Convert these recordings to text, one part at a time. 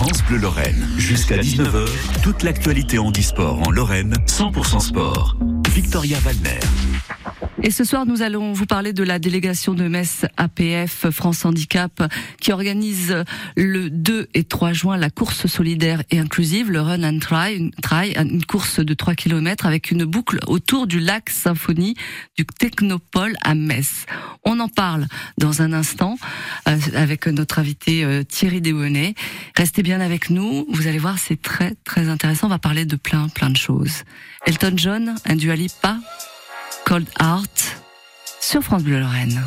France Bleu Lorraine. Jusqu'à 19h, toute l'actualité handisport en Lorraine, 100% sport. Victoria Waldner. Et ce soir, nous allons vous parler de la délégation de Metz APF France Handicap qui organise le 2 et 3 juin la course solidaire et inclusive, le Run and Try, une course de 3 km avec une boucle autour du lac Symphonie du Technopole à Metz. On en parle dans un instant avec notre invité Thierry Desbonnets. Restez bien avec nous, vous allez voir, c'est très très intéressant. On va parler de plein de choses. Elton John, un Dua Lipa, Cold Heart sur France Bleu Lorraine.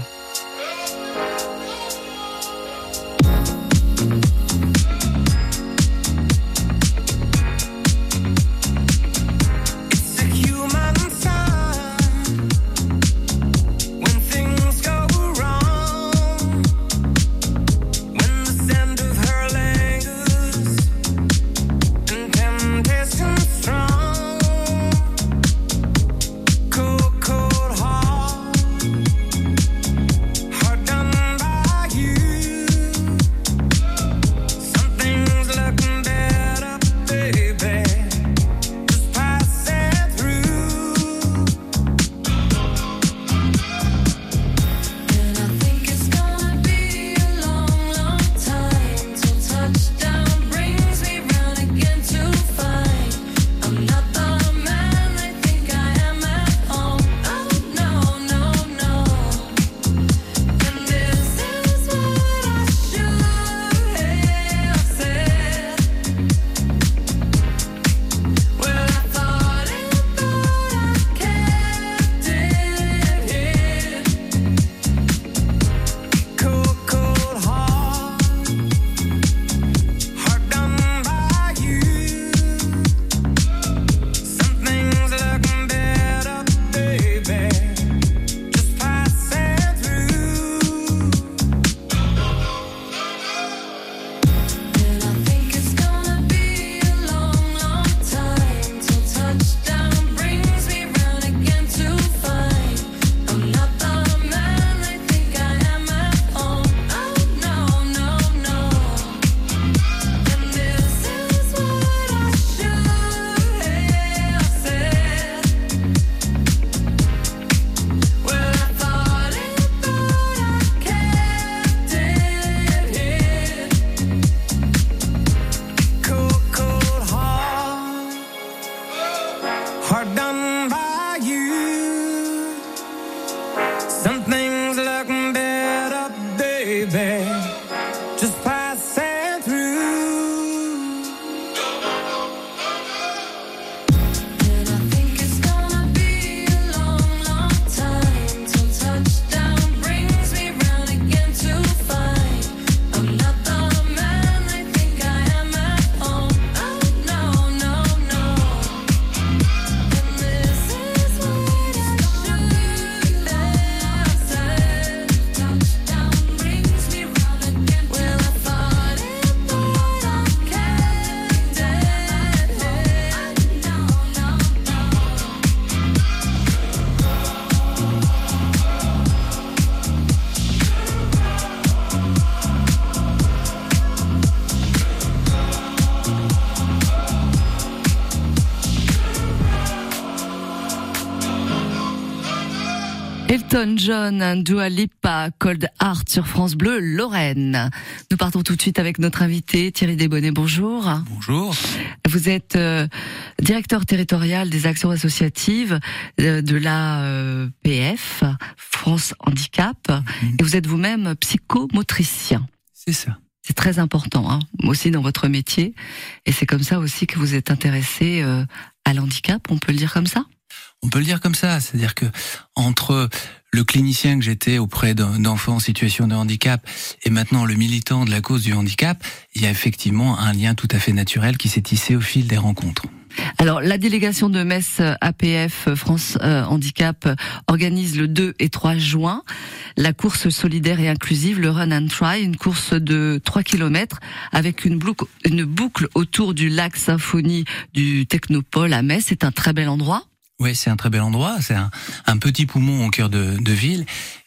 Elton John, Dua Lipa, Cold Heart sur France Bleu Lorraine. Nous partons tout de suite avec notre invité Thierry Desbonnets. Bonjour. Bonjour. Vous êtes directeur territorial des actions associatives de la PF France Handicap et vous êtes vous-même psychomotricien. C'est ça. C'est très important, aussi dans votre métier. Et c'est comme ça aussi que vous êtes intéressé à l'handicap, on peut le dire comme ça ? On peut le dire comme ça, c'est-à-dire que entre le clinicien que j'étais auprès d'enfants en situation de handicap et maintenant le militant de la cause du handicap, il y a effectivement un lien tout à fait naturel qui s'est tissé au fil des rencontres. Alors, la délégation de Metz APF France Handicap organise le 2 et 3 juin la course solidaire et inclusive, le Run and Try, une course de 3 km avec une boucle autour du lac Symphonie du Technopole à Metz. C'est un très bel endroit. Oui, c'est un très bel endroit, c'est un petit poumon au cœur de ville,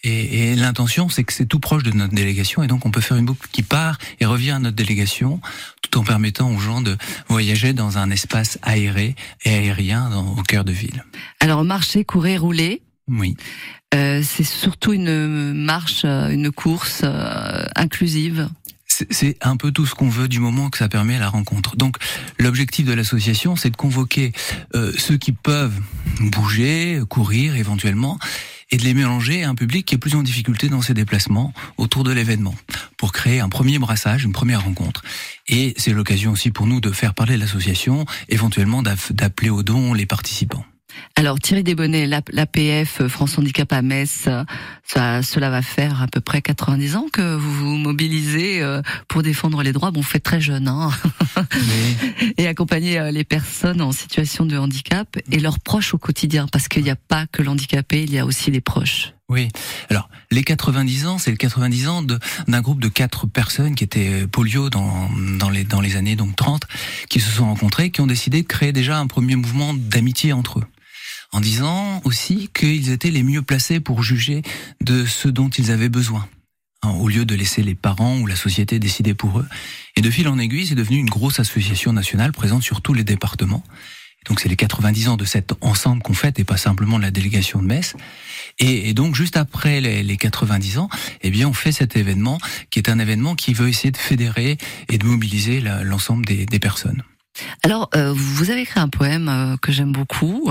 et l'intention c'est que c'est tout proche de notre délégation, et donc on peut faire une boucle qui part et revient à notre délégation, tout en permettant aux gens de voyager dans un espace aéré et aérien au cœur de ville. Alors marcher, courir, rouler. Oui. C'est surtout une marche, une course inclusive. C'est un peu tout ce qu'on veut du moment que ça permet la rencontre. Donc l'objectif de l'association, c'est de convoquer ceux qui peuvent bouger, courir éventuellement, et de les mélanger à un public qui est plus en difficulté dans ses déplacements autour de l'événement, pour créer un premier brassage, une première rencontre. Et c'est l'occasion aussi pour nous de faire parler de l'association, éventuellement d'appeler aux dons les participants. Alors Thierry Desbonnets, l'APF France Handicap à Metz, cela va faire à peu près 90 ans que vous vous mobilisez pour défendre les droits. Bon, vous faites très jeune, hein. Mais... et accompagner les personnes en situation de handicap et leurs proches au quotidien, parce qu'il n'y a pas que l'handicapé, il y a aussi les proches. Oui. Alors, les 90 ans, c'est le 90 ans d'un groupe de 4 personnes qui étaient polio dans les années donc 30, qui se sont rencontrés, qui ont décidé de créer déjà un premier mouvement d'amitié entre eux, en disant aussi qu'ils étaient les mieux placés pour juger de ce dont ils avaient besoin, au lieu de laisser les parents ou la société décider pour eux. Et de fil en aiguille, c'est devenu une grosse association nationale présente sur tous les départements. Donc c'est les 90 ans de cet ensemble qu'on fête et pas simplement la délégation de Metz. Et donc juste après les 90 ans, eh bien on fait cet événement qui est un événement qui veut essayer de fédérer et de mobiliser l'ensemble des personnes. Alors, vous avez écrit un poème que j'aime beaucoup.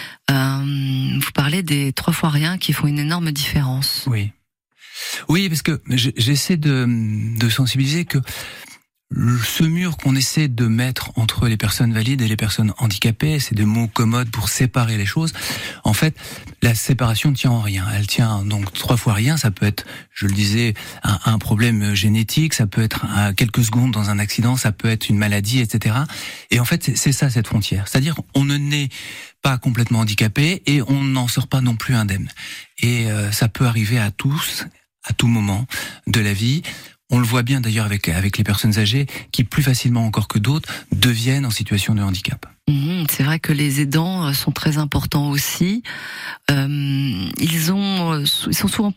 Vous parlez des 3 fois rien qui font une énorme différence. Oui. Oui, parce que j'essaie de sensibiliser que ce mur qu'on essaie de mettre entre les personnes valides et les personnes handicapées, c'est des mots commodes pour séparer les choses. En fait, la séparation ne tient en rien. Elle tient donc 3 fois rien. Ça peut être, je le disais, un problème génétique, ça peut être quelques secondes dans un accident, ça peut être une maladie, etc. Et en fait, c'est ça cette frontière. C'est-à-dire on ne naît pas complètement handicapé et on n'en sort pas non plus indemne. Et ça peut arriver à tous, à tout moment de la vie. On le voit bien d'ailleurs avec les personnes âgées qui, plus facilement encore que d'autres, deviennent en situation de handicap. C'est vrai que les aidants sont très importants aussi. Ils sont souvent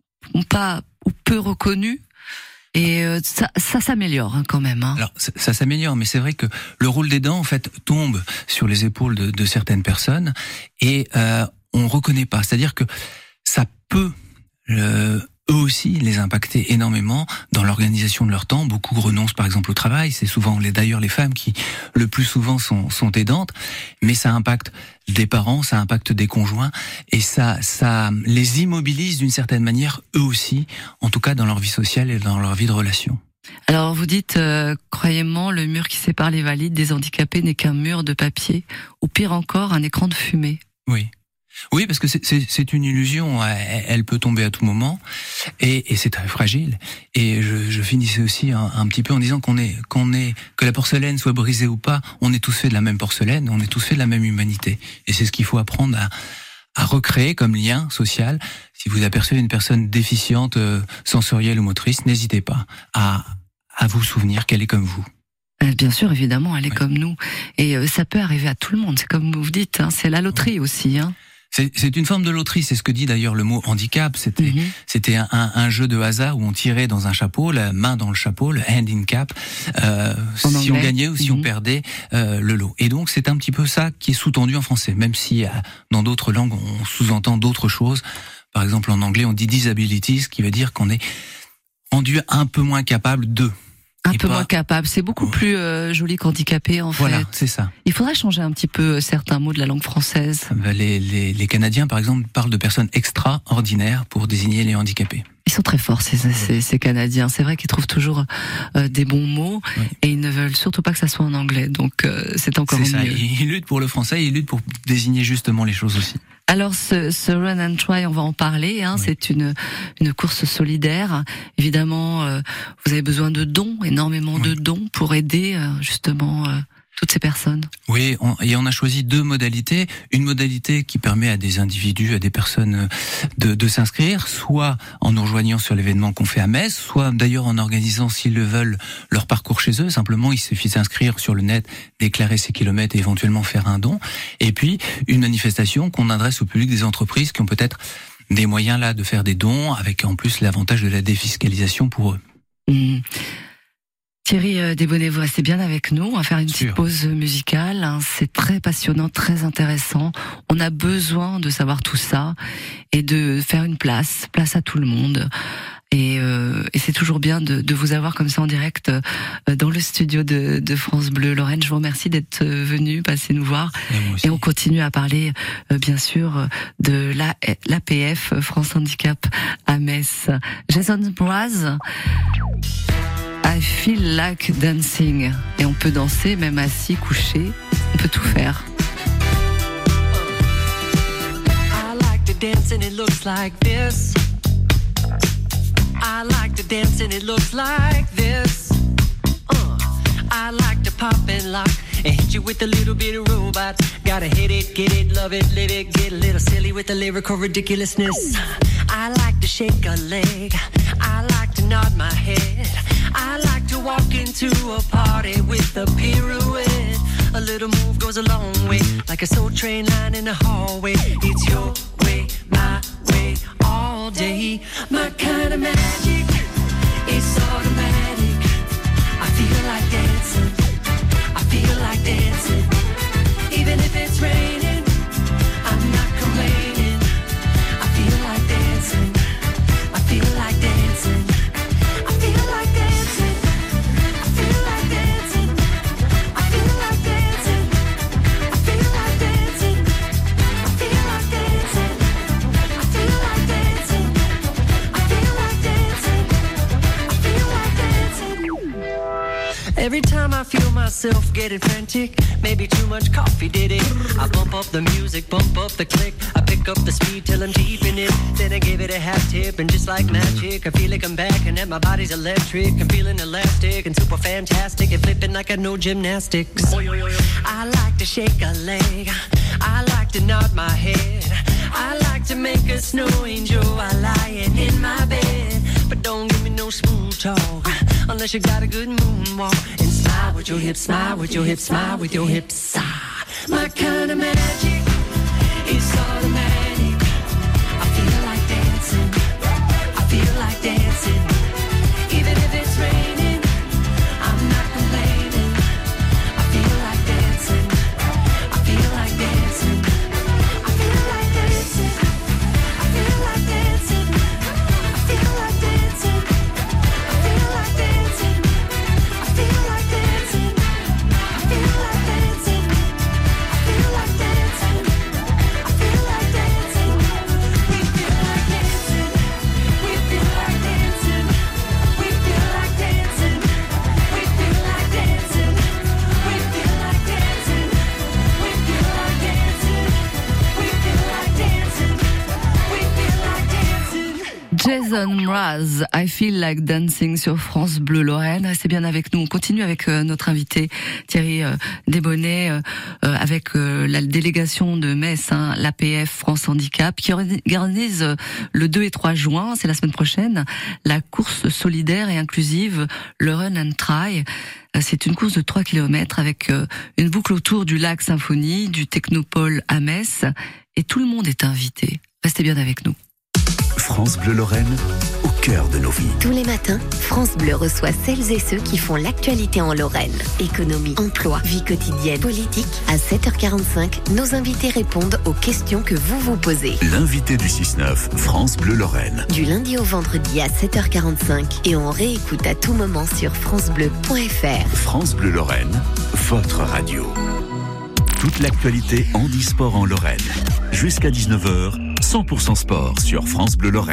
pas ou peu reconnus. Et ça s'améliore quand même. Alors ça s'améliore, mais c'est vrai que le rôle d'aidant en fait tombe sur les épaules de certaines personnes et on reconnaît pas. C'est-à-dire que ça peut eux aussi les impacter énormément dans l'organisation de leur temps. Beaucoup renoncent par exemple au travail. C'est souvent d'ailleurs les femmes qui le plus souvent sont aidantes, mais ça impacte des parents, ça impacte des conjoints et ça les immobilise d'une certaine manière eux aussi, en tout cas dans leur vie sociale et dans leur vie de relation. Alors vous dites, croyez-moi, le mur qui sépare les valides des handicapés n'est qu'un mur de papier, ou pire encore, un écran de fumée. Oui, parce que c'est une illusion, elle peut tomber à tout moment, et c'est très fragile. Et je finissais aussi un petit peu en disant que la porcelaine soit brisée ou pas, on est tous faits de la même porcelaine, on est tous faits de la même humanité. Et c'est ce qu'il faut apprendre à recréer comme lien social. Si vous apercevez une personne déficiente, sensorielle ou motrice, n'hésitez pas à vous souvenir qu'elle est comme vous. Bien sûr, évidemment, elle est comme nous. Et ça peut arriver à tout le monde, c'est comme vous dites, c'est la loterie aussi. C'est une forme de loterie, c'est ce que dit d'ailleurs le mot handicap. C'était un jeu de hasard où on tirait dans un chapeau, la main dans le chapeau, le hand in cap, si on gagnait ou si on perdait le lot. Et donc c'est un petit peu ça qui est sous-tendu en français, même si dans d'autres langues on sous-entend d'autres choses. Par exemple en anglais on dit disability, ce qui veut dire qu'on est rendu un peu moins capable de... Un peu moins capable, c'est beaucoup plus joli qu'handicapé en fait. Voilà, c'est ça. Il faudrait changer un petit peu certains mots de la langue française. Les Canadiens par exemple parlent de personnes extraordinaires pour désigner les handicapés. Ils sont très forts ces Canadiens, c'est vrai qu'ils trouvent toujours des bons mots et ils ne veulent surtout pas que ça soit en anglais, donc c'est encore mieux. C'est ça, ils luttent pour le français, ils luttent pour désigner justement les choses aussi. Alors ce Run and Try, on va en parler. C'est une course solidaire. Évidemment, vous avez besoin de dons, énormément de dons pour aider justement toutes ces personnes. Oui, on a choisi 2 modalités. Une modalité qui permet à des individus, à des personnes de s'inscrire, soit en nous rejoignant sur l'événement qu'on fait à Metz, soit d'ailleurs en organisant, s'ils le veulent, leur parcours chez eux. Simplement, il suffit d'inscrire sur le net, déclarer ses kilomètres et éventuellement faire un don. Et puis, une manifestation qu'on adresse au public des entreprises qui ont peut-être des moyens là de faire des dons, avec en plus l'avantage de la défiscalisation pour eux. Thierry Desbonnets, vous restez bien avec nous. On va faire une petite pause musicale. C'est très passionnant, très intéressant. On a besoin de savoir tout ça et de faire une place à tout le monde. Et c'est toujours bien de vous avoir comme ça en direct dans le studio de France Bleu Lorraine. Je vous remercie d'être venu, passer nous voir. Et on continue à parler, bien sûr, de l'APF France Handicap à Metz. Jason Mraz, I Feel Like Dancing. Et on peut danser même assis, couché. On peut tout faire. I like to dance and it looks like this. I like to dance and it looks like this. I like to pop and lock and hit you with a little bit of robot. Gotta hit it, get it, love it, live it, get a little silly with the lyrical ridiculousness. I like to shake a leg. I like to nod my head. I like to walk into a party with a pirouette. A little move goes a long way, like a soul train line in the hallway. It's your way, my way, all day. My kind of magic, it's automatic. I feel like dancing, I feel like dancing. Even if it's raining, I'm not complaining. I feel like dancing, I feel like dancing. I feel like dancing, I feel like dancing. I feel like dancing, I feel like dancing. I feel like dancing, I feel like dancing. I feel like dancing, I feel like dancing. Every time I feel myself getting frantic, maybe too much coffee did it. I bump up the music, bump up the click. I pick up the speed till I'm deep in it. Then I give it a half tip and just like magic, I feel like I'm back and that my body's electric. I'm feeling elastic and super fantastic and flipping like I know gymnastics. I like to shake a leg. I like to nod my head. I like to make a snow angel while lying in my bed. But don't give me no smooth talk unless you got a good moonwalk. And smile with your hips, smile with your hips, smile with your hips. Ah, my kind of magic is automatic. I feel like dancing, I feel like dancing. Even if it's raining, I'm not complaining. I feel like dancing, I feel like dancing. I feel like dancing, I feel like dancing. I feel like dancing, I feel like dancing. I feel like dancing, I feel like dancing. I feel like dancing, I feel like dancing. We feel like dancing, we feel like dancing. We feel like dancing, we feel like dancing. We feel like dancing, we feel like dancing. We feel like dancing, we feel like dancing. Jason Mraz, I Feel Like Dancing sur France Bleu Lorraine. Restez bien avec nous. On continue avec notre invité Thierry Desbonnets avec la délégation de Metz, l'APF France Handicap, qui organise le 2 et 3 juin, c'est la semaine prochaine, la course solidaire et inclusive, le Run and Try. C'est une course de 3 km avec une boucle autour du lac Symphonie, du Technopole à Metz, et tout le monde est invité. Restez bien avec nous. France Bleu Lorraine, au cœur de nos vies. Tous les matins, France Bleu reçoit celles et ceux qui font l'actualité en Lorraine. Économie, emploi, vie quotidienne, politique. À 7h45, nos invités répondent aux questions que vous vous posez. L'invité du 6-9, France Bleu Lorraine. Du lundi au vendredi à 7h45 et on réécoute à tout moment sur francebleu.fr. France Bleu Lorraine, votre radio. Toute l'actualité handisport en Lorraine. Jusqu'à 19h, 100% sport sur France Bleu Lorraine.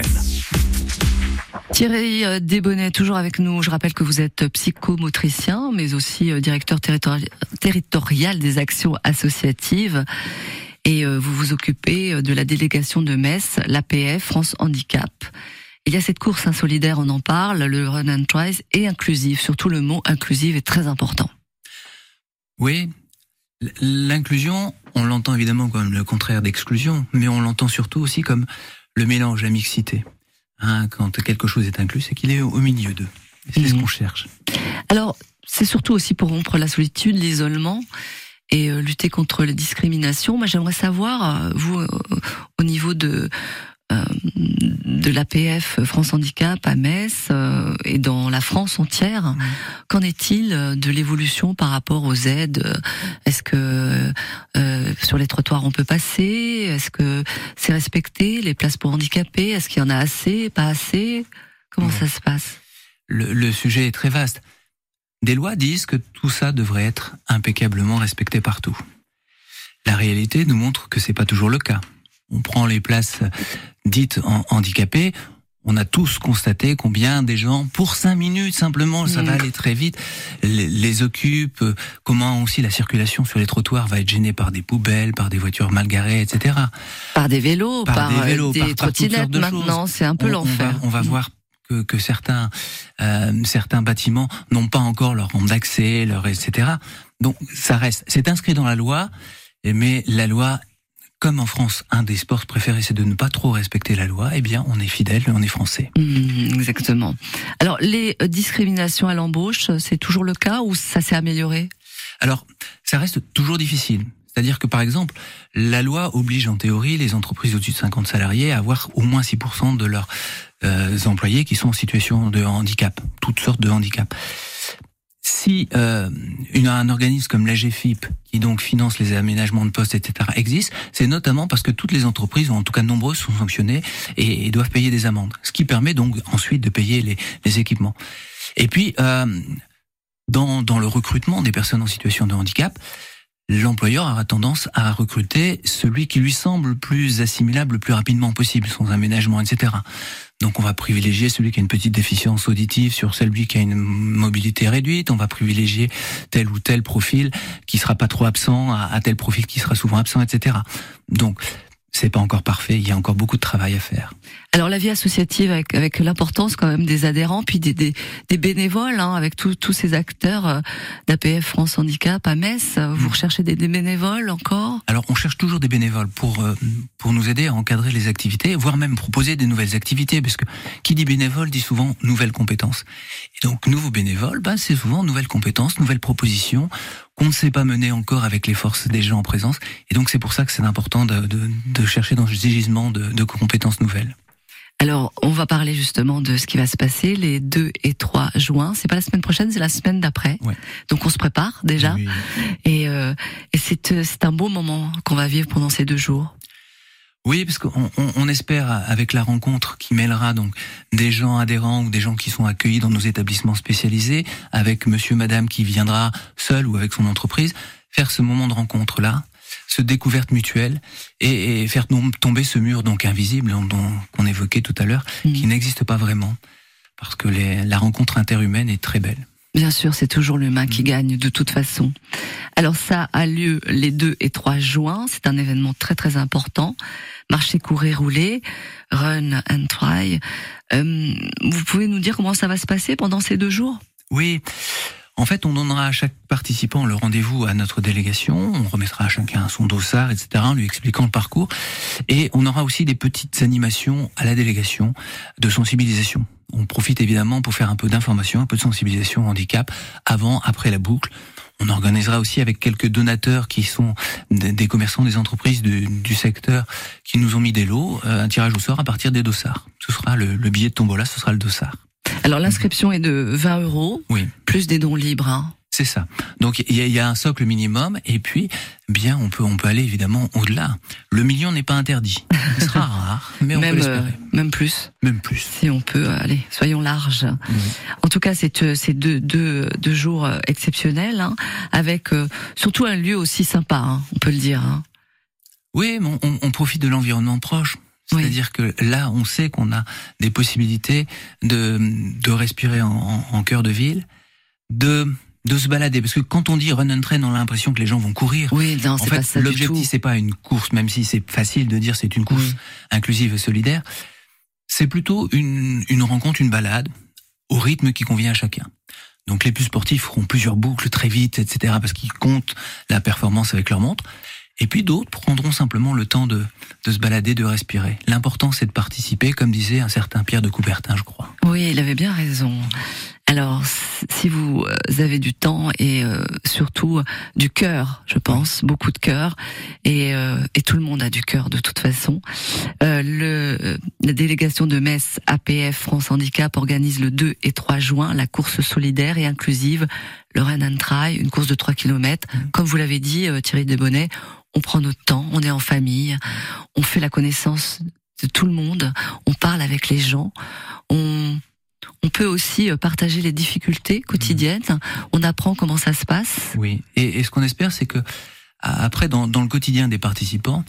Thierry Desbonnets, toujours avec nous. Je rappelle que vous êtes psychomotricien, mais aussi directeur territorial des actions associatives. Et vous vous occupez de la délégation de Metz, l'APF France Handicap. Il y a cette course solidaire, on en parle, le Run and Try, et inclusive. Surtout le mot inclusive est très important. Oui, l'inclusion, on l'entend évidemment comme le contraire d'exclusion, mais on l'entend surtout aussi comme le mélange, la mixité. Quand quelque chose est inclus, c'est qu'il est au milieu d'eux. C'est ce qu'on cherche. Alors, c'est surtout aussi pour rompre la solitude, l'isolement et lutter contre les discriminations. Moi, j'aimerais savoir, vous, au niveau de de l'APF France Handicap à Metz et dans la France entière. Qu'en est-il de l'évolution par rapport aux aides ? Est-ce que sur les trottoirs on peut passer ? Est-ce que c'est respecté, les places pour handicapés ? Est-ce qu'il y en a assez, pas assez ? Comment ça se passe ? Le sujet est très vaste. Des lois disent que tout ça devrait être impeccablement respecté partout. La réalité nous montre que c'est pas toujours le cas. On prend les places dites handicapées, on a tous constaté combien des gens, pour 5 minutes simplement, ça va aller très vite, les occupent, comment aussi la circulation sur les trottoirs va être gênée par des poubelles, par des voitures mal garées, etc. Par des vélos, par des trottinettes maintenant, c'est un peu l'enfer. On va voir que certains bâtiments n'ont pas encore leur rampe d'accès, etc. Donc ça reste, c'est inscrit dans la loi, mais la loi, comme en France, un des sports préférés, c'est de ne pas trop respecter la loi, eh bien, on est fidèle, on est français. Exactement. Alors, les discriminations à l'embauche, c'est toujours le cas ou ça s'est amélioré ? Alors, ça reste toujours difficile. C'est-à-dire que, par exemple, la loi oblige en théorie les entreprises au-dessus de 50 salariés à avoir au moins 6% de leurs employés qui sont en situation de handicap, toutes sortes de handicap. Si un organisme comme l'AGFIP, qui donc finance les aménagements de postes, etc., existe, c'est notamment parce que toutes les entreprises, ou en tout cas nombreuses, sont sanctionnées et doivent payer des amendes. Ce qui permet donc ensuite de payer les équipements. Et puis, dans le recrutement des personnes en situation de handicap, l'employeur aura tendance à recruter celui qui lui semble le plus assimilable le plus rapidement possible, sans aménagement, etc. Donc on va privilégier celui qui a une petite déficience auditive sur celui qui a une mobilité réduite, on va privilégier tel ou tel profil qui sera pas trop absent à tel profil qui sera souvent absent, etc. Donc c'est pas encore parfait, il y a encore beaucoup de travail à faire. Alors la vie associative avec l'importance quand même des adhérents, puis des bénévoles, avec tous ces acteurs d'APF France Handicap à Metz, vous recherchez des bénévoles encore ? Alors on cherche toujours des bénévoles pour nous aider à encadrer les activités, voire même proposer des nouvelles activités, parce que qui dit bénévole dit souvent nouvelles compétences. Et donc nouveaux bénévoles, c'est souvent nouvelles compétences, nouvelles propositions qu'on ne sait pas mener encore avec les forces des gens en présence. Et donc c'est pour ça que c'est important de chercher dans ce gisement de compétences nouvelles. Alors, on va parler justement de ce qui va se passer les 2 et 3 juin. C'est pas la semaine prochaine, c'est la semaine d'après. Ouais. Donc on se prépare déjà. Oui. Et c'est un beau moment qu'on va vivre pendant ces 2 jours. Oui, parce qu'on espère, avec la rencontre qui mêlera donc des gens adhérents ou des gens qui sont accueillis dans nos établissements spécialisés, avec monsieur, madame qui viendra seul ou avec son entreprise, faire ce moment de rencontre-là, ce découverte mutuelle et faire tomber ce mur donc invisible qu'on évoquait tout à l'heure, qui n'existe pas vraiment, parce que la rencontre interhumaine est très belle. Bien sûr, c'est toujours l'humain qui gagne de toute façon. Alors ça a lieu les 2 et 3 juin, c'est un événement très très important. Marcher, courir, rouler, run and try. Vous pouvez nous dire comment ça va se passer pendant ces 2 jours ? Oui. En fait, on donnera à chaque participant le rendez-vous à notre délégation, on remettra à chacun son dossard, etc., en lui expliquant le parcours, et on aura aussi des petites animations à la délégation de sensibilisation. On profite évidemment pour faire un peu d'information, un peu de sensibilisation au handicap, avant, après la boucle. On organisera aussi avec quelques donateurs qui sont des commerçants, des entreprises du secteur qui nous ont mis des lots, un tirage au sort à partir des dossards. Ce sera le billet de tombola, ce sera le dossard. Alors l'inscription est de 20 €, oui, plus des dons libres. C'est ça. Donc il y a un socle minimum et puis bien on peut aller évidemment au-delà. Le million n'est pas interdit. Ce sera rare, mais on peut l'espérer. Même plus. Même plus. Si on peut, allez, soyons larges. Oui. En tout cas, c'est deux jours exceptionnels, avec surtout un lieu aussi sympa, on peut le dire. Oui, mais on profite de l'environnement proche. C'est-à-dire que là, on sait qu'on a des possibilités de respirer en cœur de ville, de se balader, parce que quand on dit run and train, on a l'impression que les gens vont courir. Oui, non, c'est pas ça du tout. L'objectif, c'est pas une course, même si c'est facile de dire c'est une course inclusive et solidaire. C'est plutôt une rencontre, une balade, au rythme qui convient à chacun. Donc les plus sportifs feront plusieurs boucles très vite, etc., parce qu'ils comptent la performance avec leur montre. Et puis d'autres prendront simplement le temps de se balader, de respirer. L'important, c'est de participer, comme disait un certain Pierre de Coubertin, je crois. Oui, il avait bien raison. Alors, si vous avez du temps et surtout du cœur, je pense, beaucoup de cœur, et tout le monde a du cœur de toute façon. La délégation de Metz APF France Handicap organise le 2 et 3 juin la course solidaire et inclusive, le Run and Try, une course de 3 km. Comme vous l'avez dit, Thierry Desbonnets, on prend notre temps, on est en famille, on fait la connaissance de tout le monde, on parle avec les gens, on peut aussi partager les difficultés quotidiennes. On apprend comment ça se passe. Oui. Et ce qu'on espère, c'est que après, dans le quotidien des participants,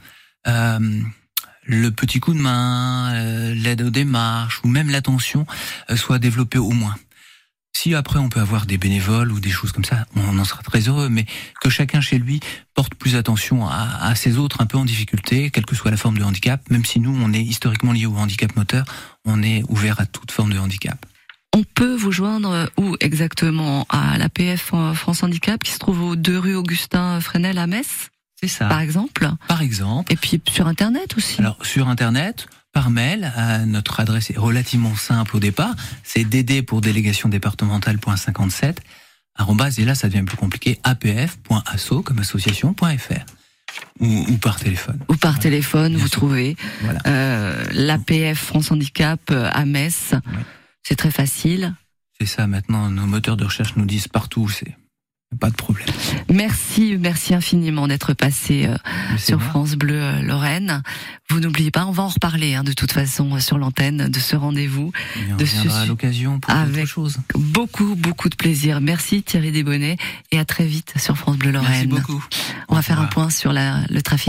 le petit coup de main, l'aide aux démarches ou même l'attention soit développée au moins. Si après on peut avoir des bénévoles ou des choses comme ça, on en sera très heureux, mais que chacun chez lui porte plus attention à ses autres un peu en difficulté, quelle que soit la forme de handicap, même si nous on est historiquement liés au handicap moteur, on est ouvert à toute forme de handicap. On peut vous joindre où exactement? À l'APF France Handicap qui se trouve aux 2 rue Augustin Fresnel à Metz? C'est ça. Par exemple. Par exemple. Et puis sur Internet aussi. Alors sur Internet, par mail, notre adresse est relativement simple au départ, c'est dd pour délégation départementale.57 @ et là ça devient plus compliqué, apf.asso comme association.fr. Ou par téléphone. Ou par téléphone, vous trouvez. Voilà. L'APF France Handicap à Metz. Ouais. C'est très facile. C'est ça, maintenant, nos moteurs de recherche nous disent partout, c'est pas de problème. Merci infiniment d'être passé sur France Bleu Lorraine. Vous n'oubliez pas, on va en reparler de toute façon sur l'antenne de ce rendez-vous. On reviendra à l'occasion pour autre chose. Beaucoup de plaisir. Merci Thierry Desbonnets et à très vite sur France Bleu Lorraine. Merci beaucoup. On va faire un point sur le trafic.